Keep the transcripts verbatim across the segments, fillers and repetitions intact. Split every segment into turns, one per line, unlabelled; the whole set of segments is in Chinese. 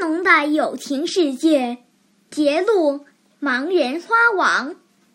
浓的友情世界，节录盲人花网。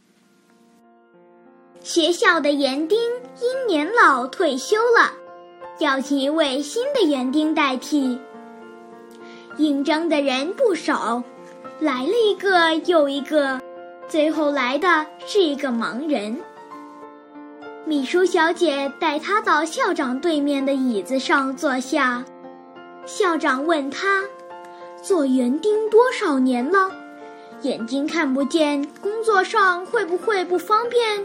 学校的园丁因年老退休了，要请一位新的园丁代替。应征的人不少，来了一个又一个，最后来的是一个盲人。秘书小姐带他到校长对面的椅子上坐下。校长问他，做园丁多少年了？眼睛看不见，工作上会不会不方便？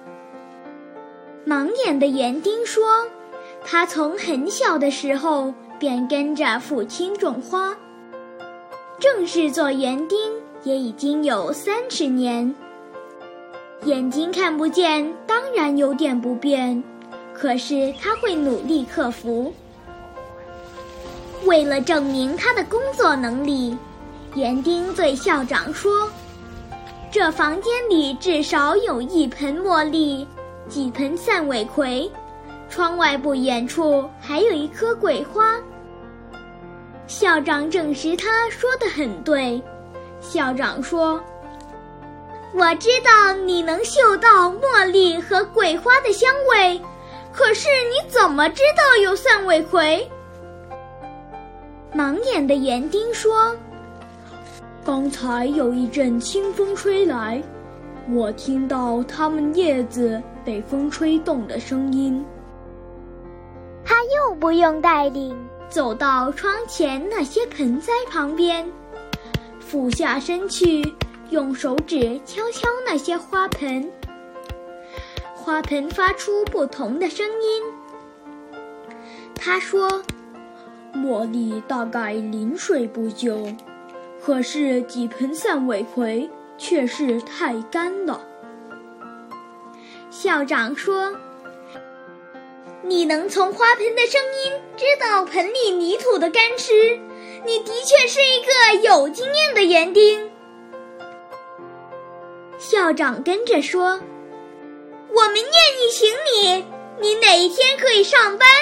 盲眼的园丁说，他从很小的时候便跟着父亲种花，正式做园丁也已经有三十年。眼睛看不见，当然有点不便，可是他会努力克服。为了证明他的工作能力，园丁对校长说，这房间里至少有一盆茉莉，几盆散尾葵，窗外不远处还有一棵桂花。校长证实他说得很对。校长说，我知道你能嗅到茉莉和桂花的香味，可是你怎么知道有散尾葵？盲眼的园丁说，刚才有一阵清风吹来，我听到它们叶子被风吹动的声音。他又不用带领，走到窗前那些盆栽旁边，俯下身去，用手指敲敲那些花盆，花盆发出不同的声音。他说，茉莉大概临水不久，可是几盆散尾葵却是太干了。校长说，你能从花盆的声音知道盆里泥土的干湿，你的确是一个有经验的园丁。校长跟着说，我们愿意请你，你哪一天可以上班？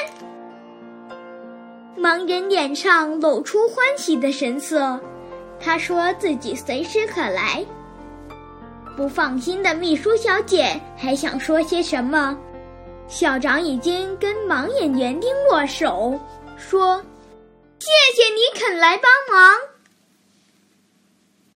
盲人脸上露出欢喜的神色，他说自己随时可来。不放心的秘书小姐还想说些什么，校长已经跟盲眼园丁握手，说，谢谢你肯来帮忙。